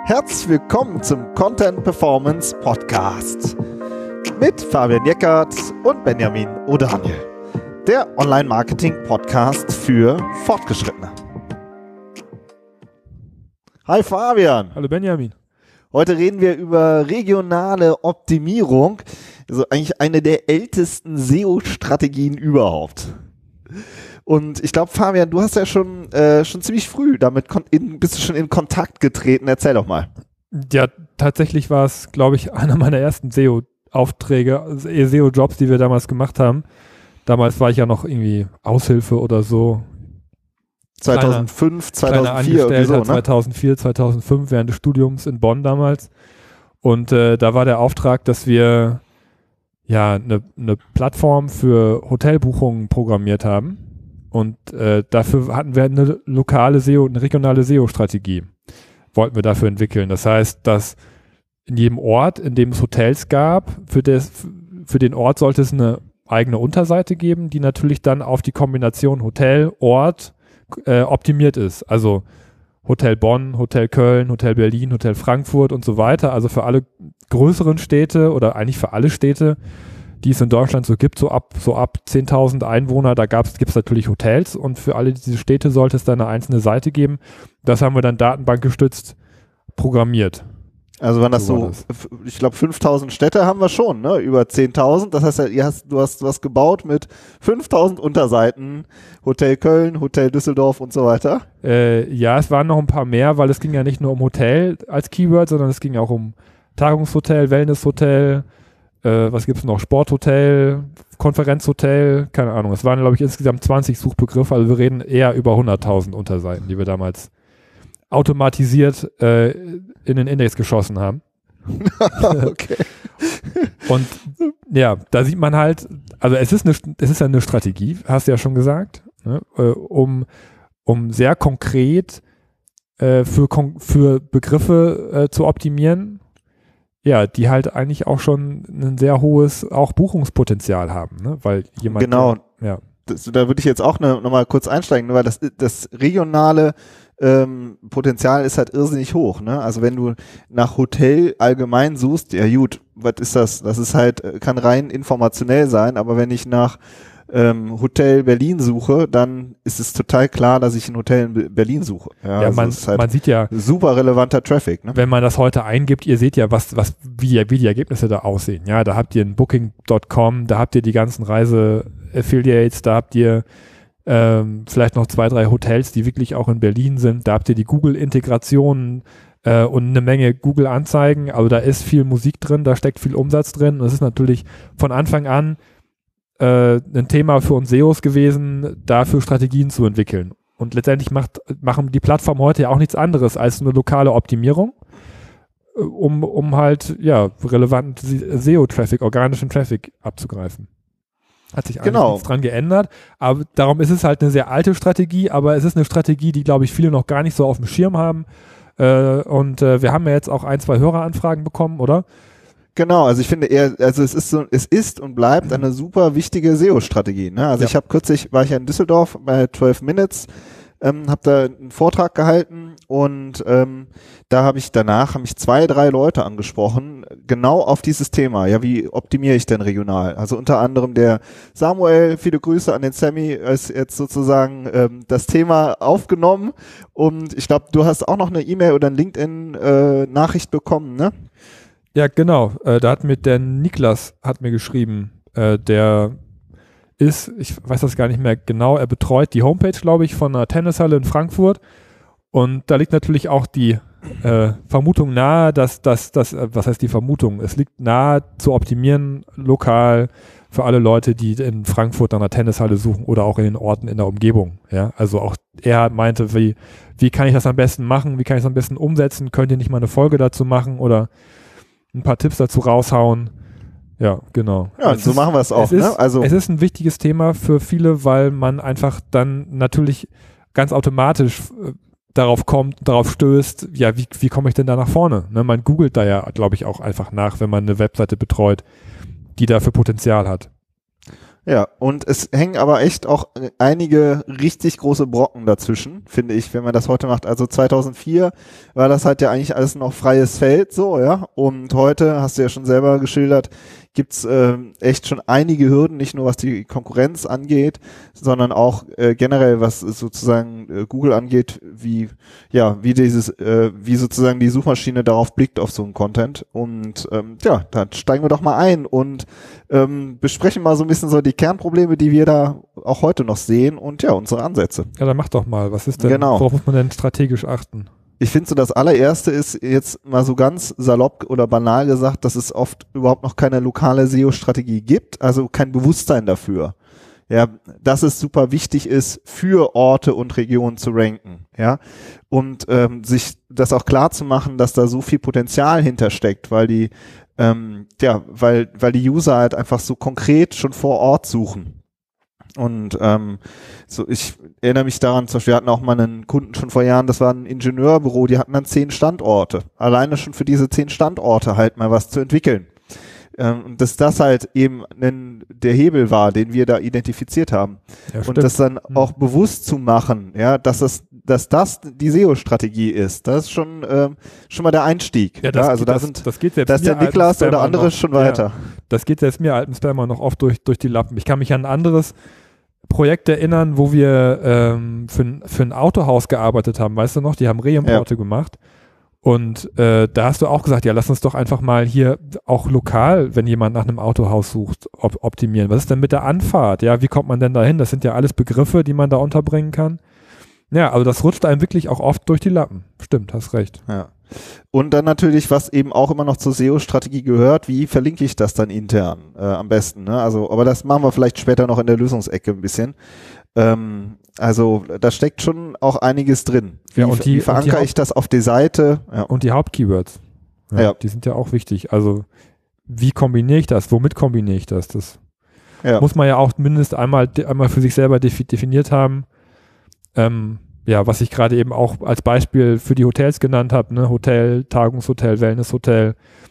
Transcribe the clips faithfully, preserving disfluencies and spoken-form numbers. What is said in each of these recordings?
Herzlich willkommen zum Content Performance Podcast mit Fabian Jeckert und Benjamin O'Daniel, der Online-Marketing-Podcast für Fortgeschrittene. Hi Fabian. Hallo Benjamin. Heute reden wir über regionale Optimierung, also eigentlich eine der ältesten S E O-Strategien überhaupt. Und ich glaube, Fabian, du hast ja schon äh, schon ziemlich früh damit kon- in, bist du schon in Kontakt getreten. Erzähl doch mal. Ja, tatsächlich war es, glaube ich, einer meiner ersten S E O-Aufträge, S E O-Jobs, die wir damals gemacht haben. Damals war ich ja noch irgendwie Aushilfe oder so. zweitausendfünf, Kleiner, zweitausendvier irgendwie so, ne? zweitausendvier, zweitausendfünf während des Studiums in Bonn damals. Und äh, da war der Auftrag, dass wir ja eine ne Plattform für Hotelbuchungen programmiert haben. Und äh, dafür hatten wir eine lokale S E O, eine regionale S E O-Strategie, wollten wir dafür entwickeln. Das heißt, dass in jedem Ort, in dem es Hotels gab, für, des, für den Ort sollte es eine eigene Unterseite geben, die natürlich dann auf die Kombination Hotel, Ort äh, optimiert ist. Also Hotel Bonn, Hotel Köln, Hotel Berlin, Hotel Frankfurt und so weiter. Also für alle größeren Städte oder eigentlich für alle Städte, die es in Deutschland so gibt, so ab, so ab zehntausend Einwohner, da gibt es natürlich Hotels und für alle diese Städte sollte es dann eine einzelne Seite geben. Das haben wir dann datenbankgestützt programmiert. Also waren das so, so ich glaube fünftausend Städte haben wir schon, ne? Über zehntausend. Das heißt, ihr hast, du hast was gebaut mit fünftausend Unterseiten, Hotel Köln, Hotel Düsseldorf und so weiter. Äh, ja, es waren noch ein paar mehr, weil es ging ja nicht nur um Hotel als Keyword, sondern es ging auch um Tagungshotel, Wellnesshotel, äh, was gibt es noch, Sporthotel, Konferenzhotel, keine Ahnung. Es waren, glaube ich, insgesamt zwanzig Suchbegriffe, also wir reden eher über hunderttausend Unterseiten, die wir damals automatisiert äh, in den Index geschossen haben. Okay. Und ja, da sieht man halt, also es ist eine, es ist ja eine Strategie, hast du ja schon gesagt, ne, äh, um, um sehr konkret äh, für, für Begriffe äh, zu optimieren, ja, die halt eigentlich auch schon ein sehr hohes auch Buchungspotenzial haben, ne, weil jemand... Genau, der, ja. das, da würde ich jetzt auch ne, nochmal kurz einsteigen, weil das, das regionale Ähm, Potenzial ist halt irrsinnig hoch, ne? Also wenn du nach Hotel allgemein suchst, ja gut, was ist das? Das ist halt, kann rein informationell sein, aber wenn ich nach ähm, Hotel Berlin suche, dann ist es total klar, dass ich ein Hotel in Berlin suche. Ja, ja also man, ist halt man sieht ja super relevanter Traffic, ne? Wenn man das heute eingibt, ihr seht ja, was, was, wie, wie die Ergebnisse da aussehen. Ja, da habt ihr ein Booking Punkt com, da habt ihr die ganzen Reise-Affiliates, da habt ihr Ähm, vielleicht noch zwei, drei Hotels, die wirklich auch in Berlin sind. Da habt ihr die Google-Integrationen äh, und eine Menge Google-Anzeigen. Also da ist viel Musik drin, da steckt viel Umsatz drin. Und es ist natürlich von Anfang an äh, ein Thema für uns S E Os gewesen, dafür Strategien zu entwickeln. Und letztendlich macht, machen die Plattformen heute ja auch nichts anderes als eine lokale Optimierung, äh, um, um halt ja relevanten S E O-Traffic, organischen Traffic abzugreifen. Hat sich eigentlich genau. nichts dran geändert, aber darum ist es halt eine sehr alte Strategie, aber es ist eine Strategie, die, glaube ich, viele noch gar nicht so auf dem Schirm haben äh, und äh, wir haben ja jetzt auch ein, zwei Höreranfragen bekommen, oder? Genau, also ich finde eher, also es ist so, es ist und bleibt eine super wichtige S E O-Strategie, ne? Also ja. ich habe kürzlich, war ich ja in Düsseldorf bei zwölf Minutes, ähm, habe da einen Vortrag gehalten und ähm, da habe ich danach, haben mich zwei, drei Leute angesprochen, genau auf dieses Thema. Ja, wie optimiere ich denn regional? Also unter anderem der Samuel, viele Grüße an den Sammy, ist jetzt sozusagen ähm, das Thema aufgenommen und ich glaube, du hast auch noch eine E-Mail oder eine LinkedIn-Nachricht äh, bekommen, ne? Ja, genau. Äh, da hat mir der Niklas hat mir geschrieben, äh, der ist, ich weiß das gar nicht mehr genau, er betreut die Homepage, glaube ich, von einer Tennishalle in Frankfurt und da liegt natürlich auch die äh, Vermutung nahe, dass das, was heißt die Vermutung? Es liegt nahe zu optimieren lokal für alle Leute, die in Frankfurt nach einer Tennishalle suchen oder auch in den Orten in der Umgebung. Ja, also auch er meinte, wie, wie kann ich das am besten machen? Wie kann ich das am besten umsetzen? Könnt ihr nicht mal eine Folge dazu machen oder ein paar Tipps dazu raushauen? Ja, genau. Ja, es so ist, machen wir es auch. Es ist, ne? Also es ist ein wichtiges Thema für viele, weil man einfach dann natürlich ganz automatisch äh, darauf kommt, darauf stößt, ja, wie, wie komme ich denn da nach vorne? Ne, man googelt da ja, glaube ich, auch einfach nach, wenn man eine Webseite betreut, die dafür Potenzial hat. Ja, und es hängen aber echt auch einige richtig große Brocken dazwischen, finde ich, wenn man das heute macht. Also zweitausendvier war das halt ja eigentlich alles noch freies Feld, so, ja. Und heute, hast du ja schon selber geschildert, gibt's äh, echt schon einige Hürden, nicht nur was die Konkurrenz angeht, sondern auch äh, generell was sozusagen äh, Google angeht, wie ja wie dieses äh, wie sozusagen die Suchmaschine darauf blickt auf so einen Content. Und ähm, ja, dann steigen wir doch mal ein und ähm, besprechen mal so ein bisschen so die Kernprobleme, die wir da auch heute noch sehen und ja unsere Ansätze. Ja, dann mach doch mal. Was ist denn? Genau. Worauf muss man denn strategisch achten? Ich finde so, das allererste ist jetzt mal so ganz salopp oder banal gesagt, dass es oft überhaupt noch keine lokale S E O-Strategie gibt, also kein Bewusstsein dafür. Ja, dass es super wichtig ist, für Orte und Regionen zu ranken, ja, und ähm, sich das auch klar zu machen, dass da so viel Potenzial hintersteckt, weil die, ähm, ja, weil weil die User halt einfach so konkret schon vor Ort suchen. Und ähm, so, ich erinnere mich daran, zum Beispiel, wir hatten auch mal einen Kunden schon vor Jahren, das war ein Ingenieurbüro, die hatten dann zehn Standorte. Alleine schon für diese zehn Standorte halt mal was zu entwickeln. Ähm, und dass das halt eben ein, der Hebel war, den wir da identifiziert haben. Ja, und das dann hm. auch bewusst zu machen, ja, dass das, dass das die S E O-Strategie ist. Das ist schon, ähm, schon mal der Einstieg. Ja, das, ja, also das, da sind, das geht selbst da ist der Niklas oder andere noch, schon weiter. Ja, das geht selbst mir alten Spammer noch oft durch, durch die Lappen. Ich kann mich an ein anderes Projekt erinnern, wo wir ähm, für, ein, für ein Autohaus gearbeitet haben, weißt du noch? Die haben Reimporte ja. gemacht. Und äh, da hast du auch gesagt, ja, lass uns doch einfach mal hier auch lokal, wenn jemand nach einem Autohaus sucht, op- optimieren. Was ist denn mit der Anfahrt? Ja, wie kommt man denn da hin? Das sind ja alles Begriffe, die man da unterbringen kann. Ja, also das rutscht einem wirklich auch oft durch die Lappen. Stimmt, hast recht. Ja. Und dann natürlich, was eben auch immer noch zur S E O-Strategie gehört, wie verlinke ich das dann intern äh, am besten, ne? Also, aber das machen wir vielleicht später noch in der Lösungsecke ein bisschen. Ähm, also da steckt schon auch einiges drin. Wie, ja, und die, wie verankere ich das auf die Seite? Ja. Und die Hauptkeywords. Ja, ja. Die sind ja auch wichtig. Also wie kombiniere ich das? Womit kombiniere ich das? Das ja. muss man ja auch mindestens einmal, einmal für sich selber definiert haben. Ähm, ja, was ich gerade eben auch als Beispiel für die Hotels genannt habe, ne? Hotel, Tagungshotel, Wellnesshotel.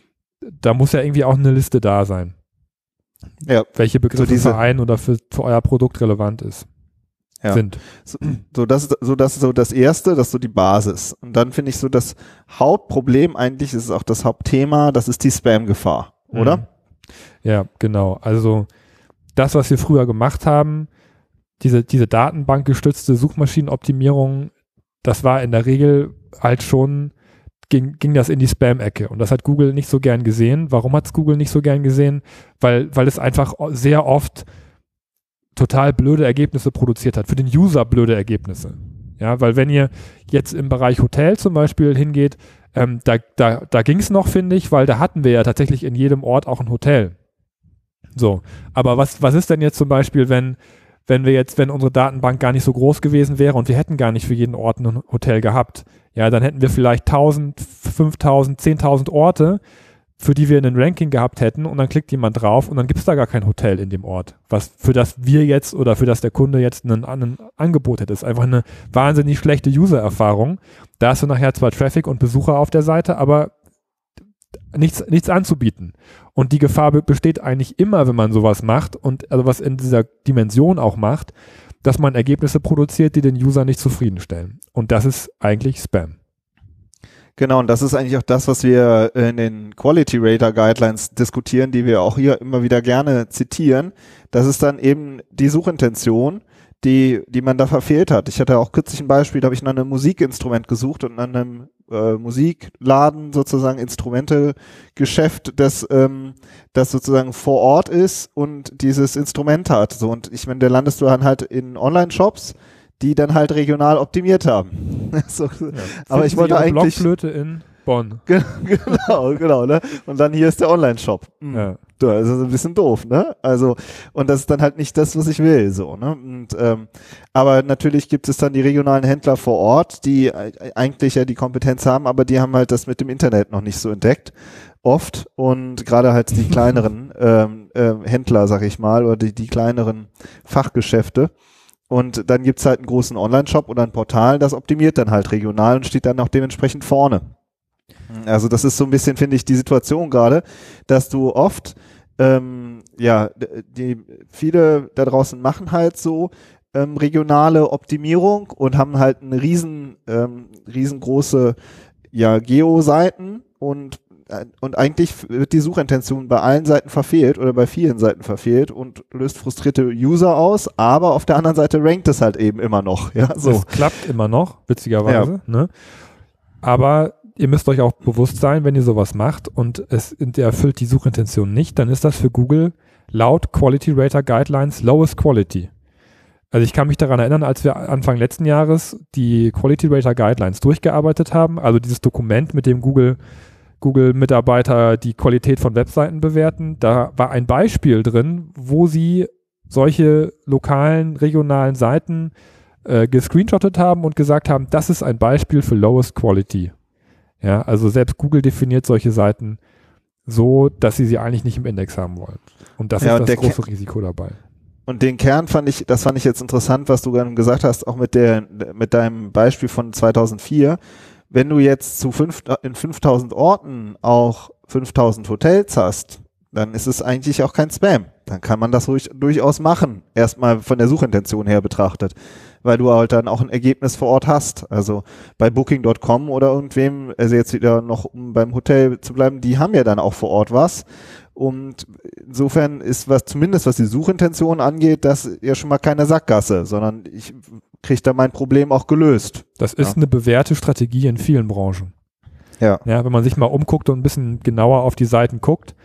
Da muss ja irgendwie auch eine Liste da sein. Ja. Welche Begriffe so diese, für ein oder für, für euer Produkt relevant ist. Ja. sind. So, so, das ist, so, das ist so das Erste, das ist so die Basis. Und dann finde ich so das Hauptproblem eigentlich, ist auch das Hauptthema, das ist die Spam-Gefahr, oder? Mhm. Ja, genau. Also das, was wir früher gemacht haben, diese, diese datenbankgestützte Suchmaschinenoptimierung, das war in der Regel halt schon, ging, ging das in die Spam-Ecke. Und das hat Google nicht so gern gesehen. Warum hat es Google nicht so gern gesehen? Weil, weil es einfach sehr oft total blöde Ergebnisse produziert hat, für den User blöde Ergebnisse. Ja, weil wenn ihr jetzt im Bereich Hotel zum Beispiel hingeht, ähm, da, da, da ging es noch, finde ich, weil da hatten wir ja tatsächlich in jedem Ort auch ein Hotel. So, aber was, was ist denn jetzt zum Beispiel, wenn, wenn wir jetzt, wenn unsere Datenbank gar nicht so groß gewesen wäre und wir hätten gar nicht für jeden Ort ein Hotel gehabt, ja, dann hätten wir vielleicht tausend, fünftausend, zehntausend Orte, für die wir ein Ranking gehabt hätten und dann klickt jemand drauf und dann gibt es da gar kein Hotel in dem Ort, was für das wir jetzt oder für das der Kunde jetzt ein, ein Angebot hätte. Das ist einfach eine wahnsinnig schlechte User-Erfahrung. Da hast du nachher zwar Traffic und Besucher auf der Seite, aber nichts, nichts anzubieten. Und die Gefahr besteht eigentlich immer, wenn man sowas macht und also was in dieser Dimension auch macht, dass man Ergebnisse produziert, die den User nicht zufriedenstellen. Und das ist eigentlich Spam. Genau, und das ist eigentlich auch das, was wir in den Quality Rater Guidelines diskutieren, die wir auch hier immer wieder gerne zitieren. Das ist dann eben die Suchintention, die, die man da verfehlt hat. Ich hatte auch kürzlich ein Beispiel, da habe ich nach einem Musikinstrument gesucht und an einem äh, Musikladen sozusagen Instrumente-Geschäft, das, ähm, das sozusagen vor Ort ist und dieses Instrument hat. So, und ich meine, da landest du dann halt in Online-Shops, die dann halt regional optimiert haben. so, ja. Aber ich wollte eigentlich Blockflöte in Bonn. genau, genau, ne? Und dann hier ist der Online-Shop. Mhm. Ja. Das ist ein bisschen doof, ne? Also, und das ist dann halt nicht das, was ich will, so, ne? Und, ähm, aber natürlich gibt es dann die regionalen Händler vor Ort, die eigentlich ja die Kompetenz haben, aber die haben halt das mit dem Internet noch nicht so entdeckt. Oft. Und gerade halt die kleineren ähm, äh, Händler, sag ich mal, oder die, die kleineren Fachgeschäfte. Und dann gibt's halt einen großen Online-Shop oder ein Portal, das optimiert dann halt regional und steht dann auch dementsprechend vorne. Also das ist so ein bisschen, finde ich, die Situation gerade, dass du oft ähm, ja, die viele da draußen machen halt so ähm, regionale Optimierung und haben halt eine riesen, ähm, riesengroße ja, Geo-Seiten und und eigentlich wird die Suchintention bei allen Seiten verfehlt oder bei vielen Seiten verfehlt und löst frustrierte User aus, aber auf der anderen Seite rankt es halt eben immer noch. Ja, so. Es klappt immer noch, witzigerweise. Ja. Ne? Aber ihr müsst euch auch bewusst sein, wenn ihr sowas macht und es erfüllt die Suchintention nicht, dann ist das für Google laut Quality Rater Guidelines lowest quality. Also ich kann mich daran erinnern, als wir Anfang letzten Jahres die Quality Rater Guidelines durchgearbeitet haben, also dieses Dokument, mit dem Google Google-Mitarbeiter die Qualität von Webseiten bewerten. Da war ein Beispiel drin, wo sie solche lokalen, regionalen Seiten äh, gescreenshottet haben und gesagt haben, das ist ein Beispiel für Lowest Quality. Ja, also selbst Google definiert solche Seiten so, dass sie sie eigentlich nicht im Index haben wollen. Und das ja, ist und das große Ke- Risiko dabei. Und den Kern fand ich, das fand ich jetzt interessant, was du gerade gesagt hast, auch mit der, mit deinem Beispiel von zweitausendvier. Wenn du jetzt zu fünf, in fünftausend Orten auch fünftausend Hotels hast, dann ist es eigentlich auch kein Spam. Dann kann man das ruhig, durchaus machen, erstmal von der Suchintention her betrachtet, weil du halt dann auch ein Ergebnis vor Ort hast. Also bei Booking Punkt com oder irgendwem, also jetzt wieder noch, um beim Hotel zu bleiben, die haben ja dann auch vor Ort was. Und insofern ist was, zumindest was die Suchintention angeht, das ja schon mal keine Sackgasse, sondern ich kriege da mein Problem auch gelöst. Das ist ja eine bewährte Strategie in vielen Branchen. Ja. Ja, wenn man sich mal umguckt und ein bisschen genauer auf die Seiten guckt,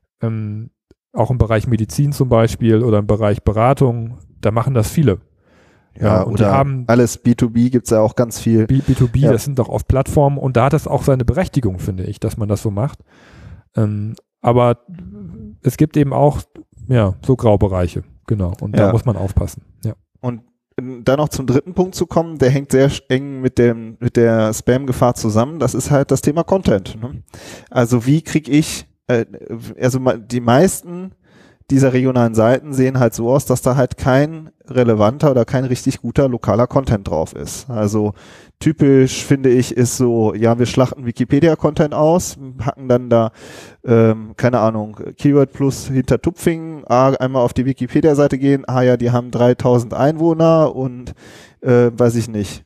ähm, auch im Bereich Medizin zum Beispiel oder im Bereich Beratung, da machen das viele. Ja, ja und oder die haben alles B zwei B gibt's ja auch ganz viel. B zwei B, ja. Das sind doch auf Plattformen und da hat das auch seine Berechtigung, finde ich, dass man das so macht. Ähm, aber es gibt eben auch ja, so Graubereiche, genau, und ja. da muss man aufpassen. Ja. Und dann noch zum dritten Punkt zu kommen, der hängt sehr eng mit dem mit der Spam-Gefahr zusammen, das ist halt das Thema Content. Ne? Also wie kriege ich, äh, also die meisten dieser regionalen Seiten sehen halt so aus, dass da halt kein relevanter oder kein richtig guter lokaler Content drauf ist. Also typisch, finde ich, ist so, ja, wir schlachten Wikipedia-Content aus, packen dann da, ähm, keine Ahnung, Keyword Plus hinter Tupfingen, ah, einmal auf die Wikipedia-Seite gehen, ah ja, die haben dreitausend Einwohner und, äh, weiß ich nicht,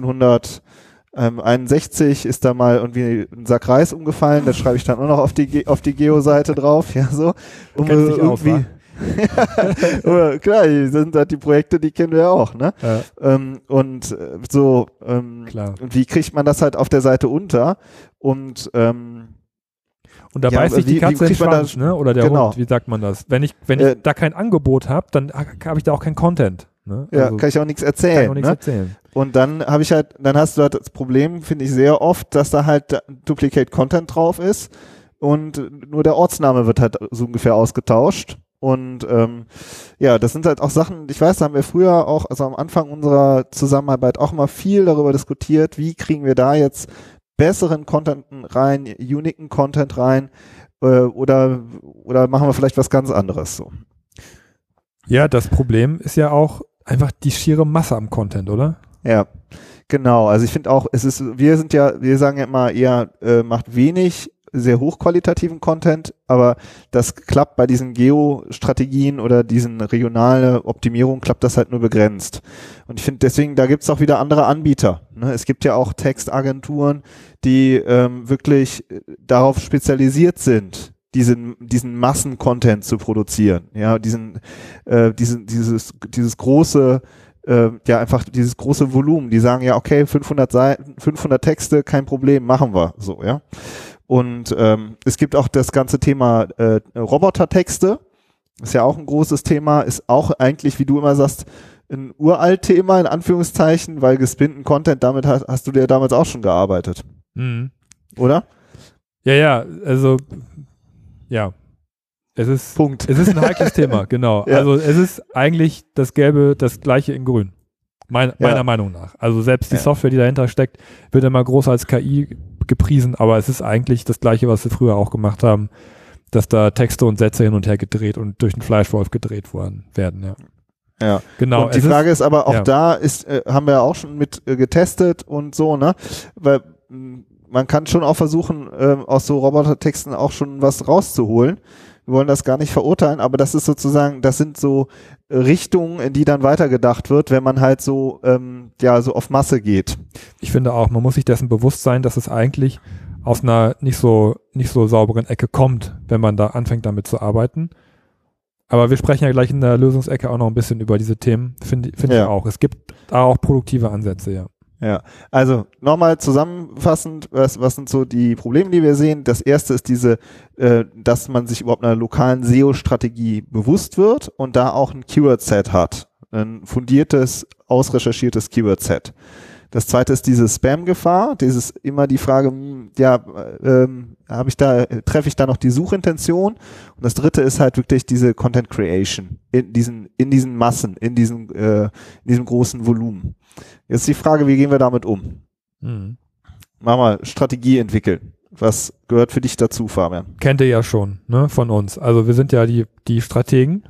siebzehnhunderteinundsechzig ist da mal irgendwie ein Sack Reis umgefallen, das schreibe ich dann auch noch auf die, Ge- auf die Geo-Seite drauf, ja, so. Um Kennst dich aus, wa? ja, klar, die sind halt die Projekte, die kennen wir ja auch, ne? Ja. Ähm, und äh, so, ähm, Klar. und wie kriegt man das halt auf der Seite unter? Und ähm, Und da ja, beißt sich wie- die wie Katze in den kriegt man Schwanz, das- ne? Oder der genau. Hund, wie sagt man das? Wenn ich, wenn Äh, ich da kein Angebot habe, dann habe ich da auch kein Content. Ne? ja, Also, kann ich auch nichts kann erzählen. ich auch nichts ne? erzählen. Und dann habe ich halt, dann hast du halt das Problem, finde ich sehr oft, dass da halt Duplicate Content drauf ist und nur der Ortsname wird halt so ungefähr ausgetauscht. Und ähm, ja, das sind halt auch Sachen, ich weiß, da haben wir früher auch, also am Anfang unserer Zusammenarbeit auch mal viel darüber diskutiert, wie kriegen wir da jetzt besseren Content rein, uniken Content rein, äh, oder oder machen wir vielleicht was ganz anderes so. Ja, das Problem ist ja auch einfach die schiere Masse am Content, oder? Ja, genau. Also ich finde auch, es ist, wir sind ja, wir sagen ja immer eher, äh, macht wenig sehr hochqualitativen Content, aber das klappt bei diesen Geo-Strategien oder diesen regionale Optimierung klappt das halt nur begrenzt. Und ich finde deswegen, da gibt's auch wieder andere Anbieter. Ne? Es gibt ja auch Textagenturen, die ähm, wirklich darauf spezialisiert sind, diesen diesen Massen-Content zu produzieren. Ja, diesen äh, diesen dieses dieses große äh, ja einfach dieses große Volumen. Die sagen ja, okay, fünfhundert Seiten, fünfhundert Texte, kein Problem, machen wir so, ja. Und ähm, es gibt auch das ganze Thema äh, Robotertexte, ist ja auch ein großes Thema, ist auch eigentlich, wie du immer sagst, ein Uralt-Thema in Anführungszeichen, weil gespinnten Content, damit hast, hast du dir damals auch schon gearbeitet, Mhm. oder? Ja, ja, also ja, es ist, Punkt. es ist ein heikles Thema, genau. Ja. Also es ist eigentlich das Gelbe, das Gleiche in Grün, mein, Ja. meiner Meinung nach. Also selbst die Ja. Software, die dahinter steckt, wird immer groß als K I gepriesen, aber es ist eigentlich das Gleiche, was sie früher auch gemacht haben, dass da Texte und Sätze hin und her gedreht und durch den Fleischwolf gedreht worden werden, ja. Ja. Genau. Und die es Frage ist, aber auch ja. da ist, äh, haben wir ja auch schon mit äh, getestet und so, ne? Weil mh, man kann schon auch versuchen, ähm, aus so Robotertexten auch schon was rauszuholen, wir wollen das gar nicht verurteilen, aber das ist sozusagen, das sind so Richtungen, in die dann weitergedacht wird, wenn man halt so, ähm, ja, so auf Masse geht. Ich finde auch, man muss sich dessen bewusst sein, dass es eigentlich aus einer nicht so, nicht so sauberen Ecke kommt, wenn man da anfängt damit zu arbeiten. Aber wir sprechen ja gleich in der Lösungsecke auch noch ein bisschen über diese Themen, finde find ja. ich auch. Es gibt da auch produktive Ansätze, ja. Ja, also nochmal zusammenfassend, was, was sind so die Probleme, die wir sehen? Das erste ist diese, äh, dass man sich überhaupt einer lokalen S E O-Strategie bewusst wird und da auch ein Keyword-Set hat. Ein fundiertes, ausrecherchiertes Keyword-Set. Das zweite ist diese Spam-Gefahr, dieses immer die Frage, ja, ähm, habe ich da, treffe ich da noch die Suchintention? Und das dritte ist halt wirklich diese Content Creation in diesen, in diesen Massen, in diesem, äh, in diesem großen Volumen. Jetzt die Frage, wie gehen wir damit um? Mhm. Mach mal, Strategie entwickeln. Was gehört für dich dazu, Fabian? Kennt ihr ja schon, ne, von uns. Also wir sind ja die, die Strategen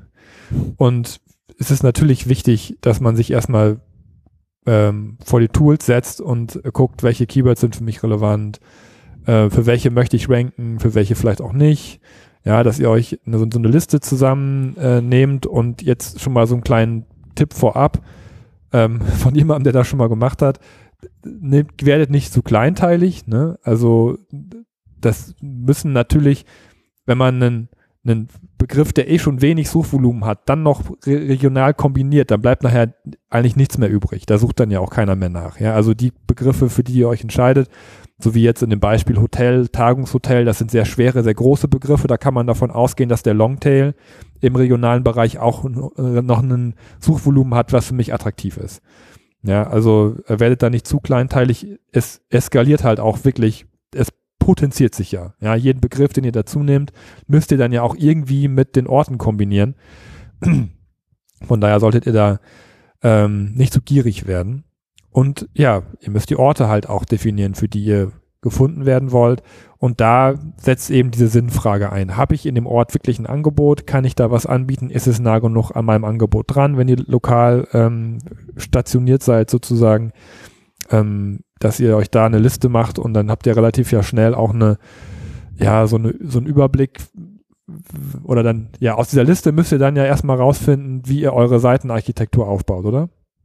und es ist natürlich wichtig, dass man sich erstmal ähm, vor die Tools setzt und äh, guckt, welche Keywords sind für mich relevant, äh, für welche möchte ich ranken, für welche vielleicht auch nicht. Ja, dass ihr euch eine, so eine Liste zusammen äh, nehmt und jetzt schon mal so einen kleinen Tipp vorab ähm, von jemandem, der das schon mal gemacht hat. Nehmt, werdet nicht zu kleinteilig, ne? Also das müssen natürlich, wenn man einen, einen Begriff, der eh schon wenig Suchvolumen hat, dann noch re regional kombiniert, dann bleibt nachher eigentlich nichts mehr übrig. Da sucht dann ja auch keiner mehr nach. Ja? Also die Begriffe, für die ihr euch entscheidet, so wie jetzt in dem Beispiel Hotel, Tagungshotel, das sind sehr schwere, sehr große Begriffe. Da kann man davon ausgehen, dass der Longtail im regionalen Bereich auch äh, noch ein Suchvolumen hat, was für mich attraktiv ist. Ja, also werdet da nicht zu kleinteilig. Es eskaliert halt auch wirklich, es potenziert sich ja. Ja, jeden Begriff, den ihr dazu nehmt, müsst ihr dann ja auch irgendwie mit den Orten kombinieren. Von daher solltet ihr da ähm, nicht zu gierig werden. Und ja, ihr müsst die Orte halt auch definieren, für die ihr gefunden werden wollt. Und da setzt eben diese Sinnfrage ein. Habe ich in dem Ort wirklich ein Angebot? Kann ich da was anbieten? Ist es nah genug an meinem Angebot dran, wenn ihr lokal ähm, stationiert seid sozusagen, ähm, dass ihr euch da eine Liste macht und dann habt ihr relativ ja schnell auch eine, ja, so eine, so einen Überblick oder dann, ja, aus dieser Liste müsst ihr dann ja erstmal rausfinden, wie ihr eure Seitenarchitektur aufbaut, oder?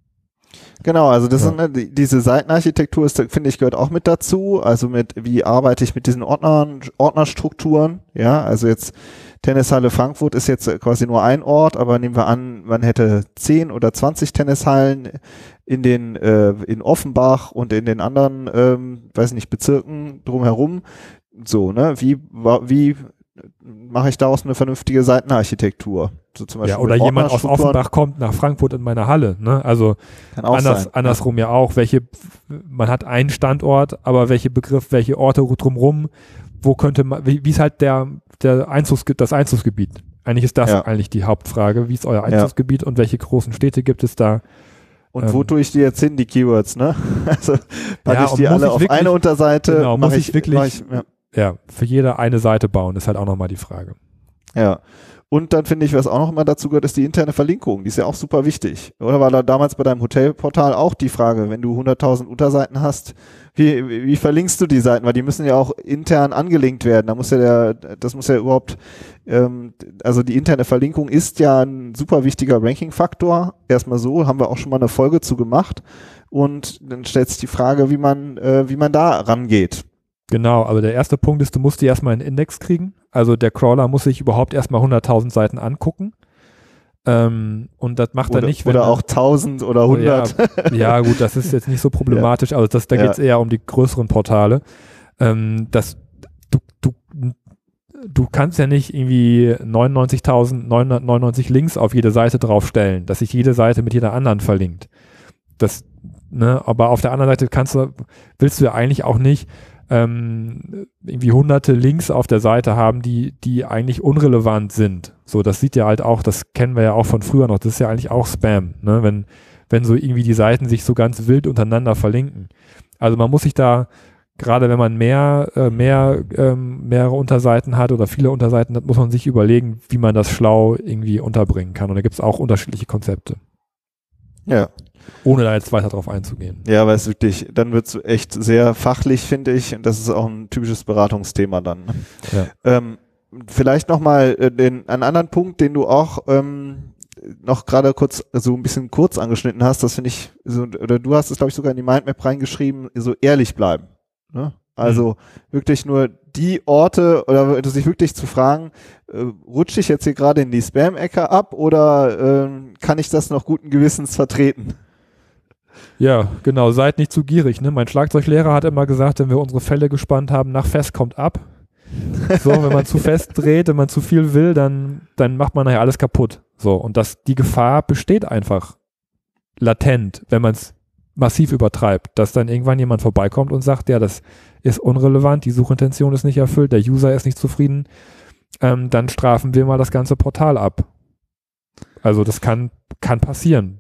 Genau, also das Ja. sind, ne, diese Seitenarchitektur ist, finde ich, gehört auch mit dazu. Also mit, wie arbeite ich mit diesen Ordnern, Ordnerstrukturen? Ja, also jetzt Tennishalle Frankfurt ist jetzt quasi nur ein Ort, aber nehmen wir an, man hätte zehn oder zwanzig Tennishallen in den, äh, in Offenbach und in den anderen, ähm, weiß nicht, Bezirken drumherum. So, ne, wie, wie mache ich daraus eine vernünftige Seitenarchitektur? So zum Beispiel ja, oder jemand aus Offenbach kommt nach Frankfurt in meine Halle, ne? Also anders, sein, andersrum ja. ja auch, welche, man hat einen Standort, aber welche Begriff, welche Orte drumherum, wo könnte man, wie, wie ist halt der, der Einzugs, das Einzugsgebiet? Eigentlich ist das ja. eigentlich die Hauptfrage. Wie ist euer Einzugsgebiet ja. und welche großen Städte gibt es da? Und ähm, wo tue ich die jetzt hin, die Keywords, ne? Also packe ja, ich die alle auf wirklich, eine Unterseite. Genau, muss ich, ich wirklich, ich, ja. ja, für jede eine Seite bauen, ist halt auch nochmal die Frage. Ja. Und dann finde ich, was auch noch immer dazu gehört, ist die interne Verlinkung. Die ist ja auch super wichtig. Oder war da damals bei deinem Hotelportal auch die Frage, wenn du hunderttausend Unterseiten hast, wie, wie verlinkst du die Seiten? Weil die müssen ja auch intern angelinkt werden. Da muss ja der, das muss ja überhaupt, ähm, also die interne Verlinkung ist ja ein super wichtiger Ranking-Faktor. Erstmal so, haben wir auch schon mal eine Folge zu gemacht. Und dann stellt sich die Frage, wie man, äh, wie man da rangeht. Genau, aber der erste Punkt ist, du musst die erstmal einen Index kriegen. Also der Crawler muss sich überhaupt erstmal hunderttausend Seiten angucken. Ähm, und das macht oder, er nicht, wenn Oder er, auch tausend oder hundert. Ja, ja gut, das ist jetzt nicht so problematisch. Also das, da Ja. geht es eher um die größeren Portale. Ähm, das, du, du, du kannst ja nicht irgendwie neunundneunzigtausendneunhundertneunundneunzig Links auf jede Seite draufstellen, dass sich jede Seite mit jeder anderen verlinkt. Das, ne, aber auf der anderen Seite kannst du, willst du ja eigentlich auch nicht ähm, irgendwie hunderte Links auf der Seite haben, die, die eigentlich unrelevant sind. So, das sieht ja halt auch, das kennen wir ja auch von früher noch, das ist ja eigentlich auch Spam, ne, wenn, wenn so irgendwie die Seiten sich so ganz wild untereinander verlinken. Also man muss sich da, gerade wenn man mehr, äh, mehr, ähm, mehrere Unterseiten hat oder viele Unterseiten hat, muss man sich überlegen, wie man das schlau irgendwie unterbringen kann. Und da gibt es auch unterschiedliche Konzepte. Ja. Ohne da jetzt weiter drauf einzugehen. Ja, aber es ist wirklich, dann wird es echt sehr fachlich, finde ich. Und das ist auch ein typisches Beratungsthema dann. Ne? Ja. Ähm, vielleicht nochmal äh, den, einen anderen Punkt, den du auch ähm, noch gerade kurz, so ein bisschen kurz angeschnitten hast, das finde ich, so, oder du hast es, glaube ich, sogar in die Mindmap reingeschrieben, so ehrlich bleiben. Ne? Also mhm. wirklich nur die Orte, oder sich wirklich zu fragen, äh, rutsche ich jetzt hier gerade in die Spam-Ecke ab oder äh, kann ich das noch guten Gewissens vertreten? Ja, genau, seid nicht zu gierig. Ne? Mein Schlagzeuglehrer hat immer gesagt, wenn wir unsere Fälle gespannt haben, nach fest kommt ab. So, wenn man zu fest dreht, wenn man zu viel will, dann, dann macht man nachher alles kaputt. So, und das, die Gefahr besteht einfach latent, wenn man es massiv übertreibt, dass dann irgendwann jemand vorbeikommt und sagt, ja, das ist unrelevant, die Suchintention ist nicht erfüllt, der User ist nicht zufrieden, ähm, dann strafen wir mal das ganze Portal ab. Also das kann, kann passieren.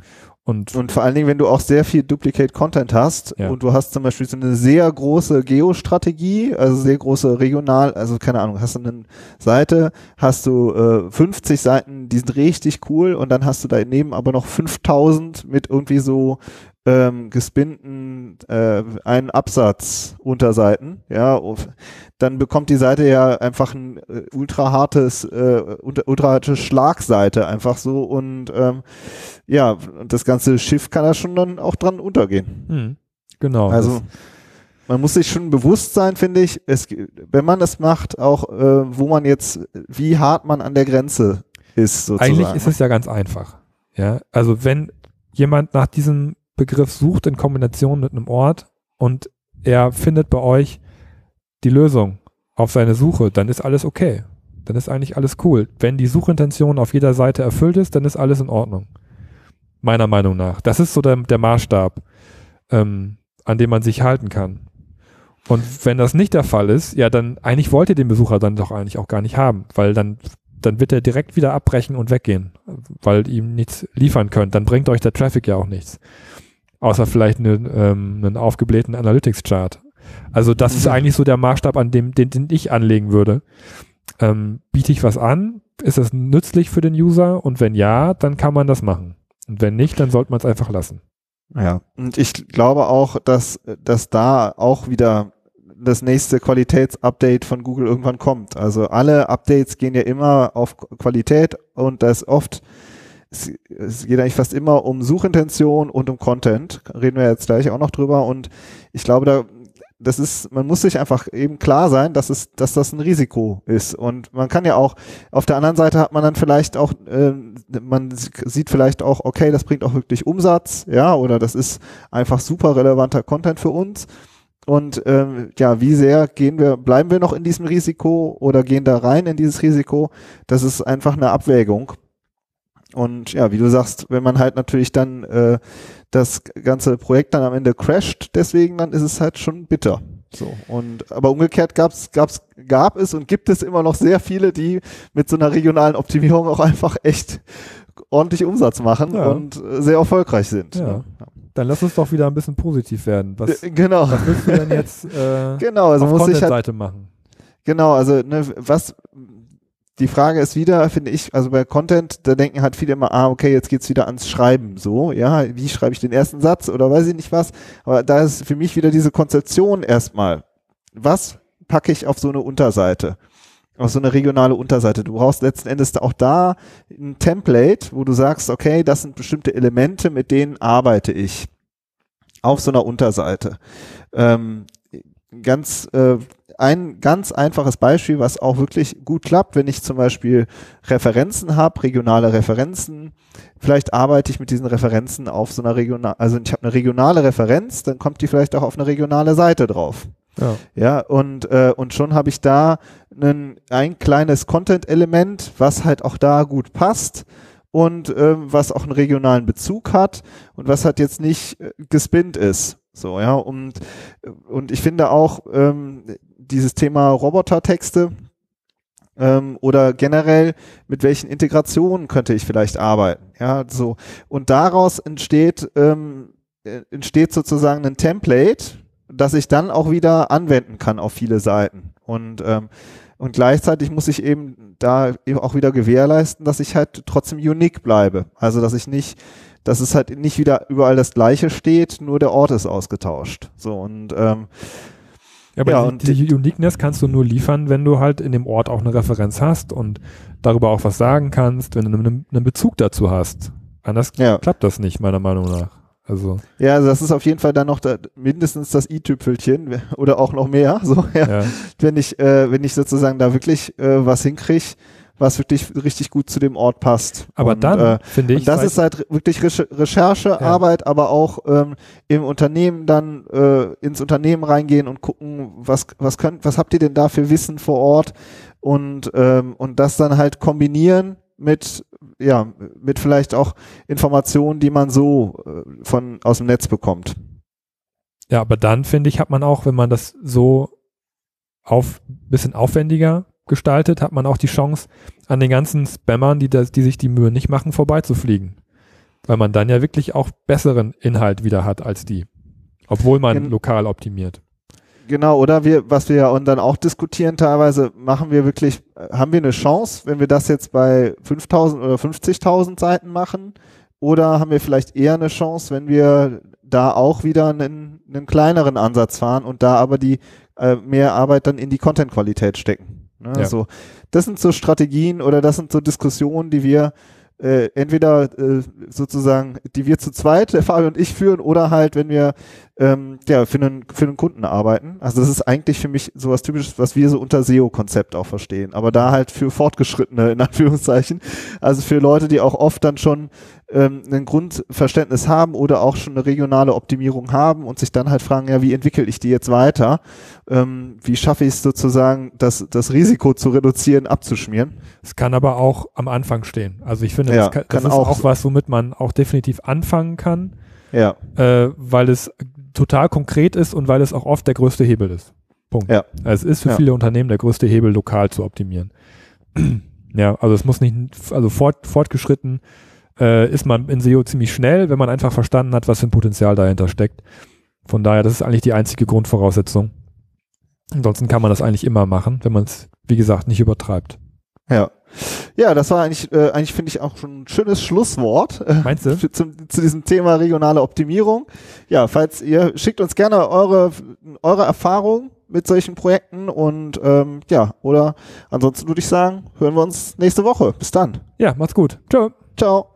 Und, und vor allen Dingen, wenn du auch sehr viel Duplicate Content hast ja. und du hast zum Beispiel so eine sehr große Geo-Strategie, also sehr große regional, also keine Ahnung, hast du eine Seite, hast du äh, fünfzig Seiten, die sind richtig cool und dann hast du daneben aber noch fünftausend mit irgendwie so ähm, gespinnten äh, einen Absatz Unterseiten, ja, dann bekommt die Seite ja einfach ein äh, ultra hartes, äh, ultra harte Schlagseite einfach so und ähm, ja, das ganze Schiff kann da schon dann auch dran untergehen. Hm, genau. Also man muss sich schon bewusst sein, finde ich, es, wenn man das macht, auch äh, wo man jetzt, wie hart man an der Grenze ist sozusagen. Eigentlich ist es ja ganz einfach. Ja, also wenn jemand nach diesem Begriff sucht in Kombination mit einem Ort und er findet bei euch die Lösung auf seine Suche, dann ist alles okay. Dann ist eigentlich alles cool. Wenn die Suchintention auf jeder Seite erfüllt ist, dann ist alles in Ordnung. Meiner Meinung nach. Das ist so der, der Maßstab, ähm, an dem man sich halten kann. Und wenn das nicht der Fall ist, ja, dann eigentlich wollt ihr den Besucher dann doch eigentlich auch gar nicht haben, weil dann, dann wird er direkt wieder abbrechen und weggehen, weil ihr ihm nichts liefern könnt. Dann bringt euch der Traffic ja auch nichts. Außer vielleicht einen, ähm, einen aufgeblähten Analytics-Chart. Also das mhm. ist eigentlich so der Maßstab, an dem, den, den ich anlegen würde. Ähm, biete ich was an? Ist das nützlich für den User? Und wenn ja, dann kann man das machen. Und wenn nicht, dann sollte man es einfach lassen. Ja, und ich glaube auch, dass, dass da auch wieder das nächste Qualitätsupdate von Google irgendwann kommt. Also alle Updates gehen ja immer auf Qualität und da ist oft, es, es geht eigentlich fast immer um Suchintention und um Content. Reden wir jetzt gleich auch noch drüber und ich glaube, da das ist, man muss sich einfach eben klar sein, dass es, dass das ein Risiko ist. Und man kann ja auch, auf der anderen Seite hat man dann vielleicht auch, äh, man sieht vielleicht auch, okay, das bringt auch wirklich Umsatz, ja, oder das ist einfach super relevanter Content für uns. Und ähm, ja, wie sehr gehen wir, bleiben wir noch in diesem Risiko oder gehen da rein in dieses Risiko? Das ist einfach eine Abwägung. Und ja, wie du sagst, wenn man halt natürlich dann äh, das ganze Projekt dann am Ende crasht, deswegen dann ist es halt schon bitter. So und aber umgekehrt gab's, gab's, gab es und gibt es immer noch sehr viele, die mit so einer regionalen Optimierung auch einfach echt ordentlich Umsatz machen ja. und äh, sehr erfolgreich sind. Ja. Ne? Dann lass uns doch wieder ein bisschen positiv werden. Was, genau. was willst du denn jetzt äh, genau, also auf muss ich Content-Seite halt, machen? Genau, also ne, was die Frage ist wieder, finde ich, also bei Content, da denken halt viele immer, ah, okay, jetzt geht's wieder ans Schreiben, so, ja, wie schreibe ich den ersten Satz oder weiß ich nicht was, aber da ist für mich wieder diese Konzeption erstmal, was packe ich auf so eine Unterseite, auf so eine regionale Unterseite, du brauchst letzten Endes auch da ein Template, wo du sagst, okay, das sind bestimmte Elemente, mit denen arbeite ich auf so einer Unterseite, ähm, ganz, äh, ein ganz einfaches Beispiel, was auch wirklich gut klappt, wenn ich zum Beispiel Referenzen habe, regionale Referenzen, vielleicht arbeite ich mit diesen Referenzen auf so einer regional, also ich habe eine regionale Referenz, dann kommt die vielleicht auch auf eine regionale Seite drauf. Ja, ja und, äh, und schon habe ich da einen, ein kleines Content-Element, was halt auch da gut passt und ähm, was auch einen regionalen Bezug hat und was halt jetzt nicht äh, gespinnt ist. So, ja, und, und ich finde auch ähm, dieses Thema Robotertexte ähm, oder generell mit welchen Integrationen könnte ich vielleicht arbeiten, ja, so. Und daraus entsteht, ähm, entsteht sozusagen ein Template, das ich dann auch wieder anwenden kann auf viele Seiten. Und, ähm, und gleichzeitig muss ich eben da eben auch wieder gewährleisten, dass ich halt trotzdem unique bleibe. Also, dass ich nicht dass es halt nicht wieder überall das Gleiche steht, nur der Ort ist ausgetauscht. So und ähm, Ja, aber Ja, die, und die Uniqueness kannst du nur liefern, wenn du halt in dem Ort auch eine Referenz hast und darüber auch was sagen kannst, wenn du einen, einen Bezug dazu hast. Anders Ja. klappt das nicht, meiner Meinung nach. Also, Ja, also das ist auf jeden Fall dann noch da, mindestens das i-Tüpfelchen oder auch noch mehr. So, ja. ja. Wenn ich, äh, wenn ich sozusagen da wirklich äh, was hinkriege, was wirklich richtig gut zu dem Ort passt. Aber und, dann, äh, finde ich. Und das ist halt wirklich Recher- Recherchearbeit, ja. aber auch ähm, im Unternehmen dann äh, ins Unternehmen reingehen und gucken, was, was könnt, was habt ihr denn da für Wissen vor Ort und, ähm, und das dann halt kombinieren mit, ja, mit vielleicht auch Informationen, die man so äh, von, aus dem Netz bekommt. Ja, aber dann, finde ich, hat man auch, wenn man das so auf, bisschen aufwendiger gestaltet, hat man auch die Chance, an den ganzen Spammern, die, das, die sich die Mühe nicht machen, vorbeizufliegen. Weil man dann ja wirklich auch besseren Inhalt wieder hat als die. Obwohl man Gen- lokal optimiert. Genau, oder wir, was wir ja und dann auch diskutieren teilweise, machen wir wirklich, haben wir eine Chance, wenn wir das jetzt bei fünftausend oder fünfzigtausend Seiten machen? Oder haben wir vielleicht eher eine Chance, wenn wir da auch wieder einen, einen kleineren Ansatz fahren und da aber die äh, mehr Arbeit dann in die Content-Qualität stecken? Ne, ja. so, das sind so Strategien oder das sind so Diskussionen, die wir äh, entweder äh, sozusagen, die wir zu zweit, der Fabio und ich führen, oder halt, wenn wir ähm, ja, für einen, für einen Kunden arbeiten. Also das ist eigentlich für mich sowas Typisches, was wir so unter S E O-Konzept auch verstehen. Aber da halt für Fortgeschrittene, in Anführungszeichen. Also für Leute, die auch oft dann schon ähm, ein Grundverständnis haben oder auch schon eine regionale Optimierung haben und sich dann halt fragen, ja, wie entwickle ich die jetzt weiter? Ähm, wie schaffe ich es sozusagen, das, das Risiko zu reduzieren, abzuschmieren? Es kann aber auch am Anfang stehen. Also ich finde, ja, das, kann, das kann ist auch, auch was, womit man auch definitiv anfangen kann. Ja. Äh, weil es total konkret ist und weil es auch oft der größte Hebel ist. Punkt. Ja. Also es ist für ja. viele Unternehmen der größte Hebel, lokal zu optimieren. Ja, also es muss nicht, also fort, fortgeschritten äh, ist man in S E O ziemlich schnell, wenn man einfach verstanden hat, was für ein Potenzial dahinter steckt. Von daher, das ist eigentlich die einzige Grundvoraussetzung. Ansonsten kann man das eigentlich immer machen, wenn man es, wie gesagt, nicht übertreibt. Ja. Ja, das war eigentlich, äh, eigentlich finde ich auch schon ein schönes Schlusswort. Äh, Meinst du? Zu, zu diesem Thema regionale Optimierung. Ja, falls ihr, schickt uns gerne eure, eure Erfahrungen mit solchen Projekten und ähm, ja, oder ansonsten würde ich sagen, hören wir uns nächste Woche. Bis dann. Ja, macht's gut. Ciao. Ciao.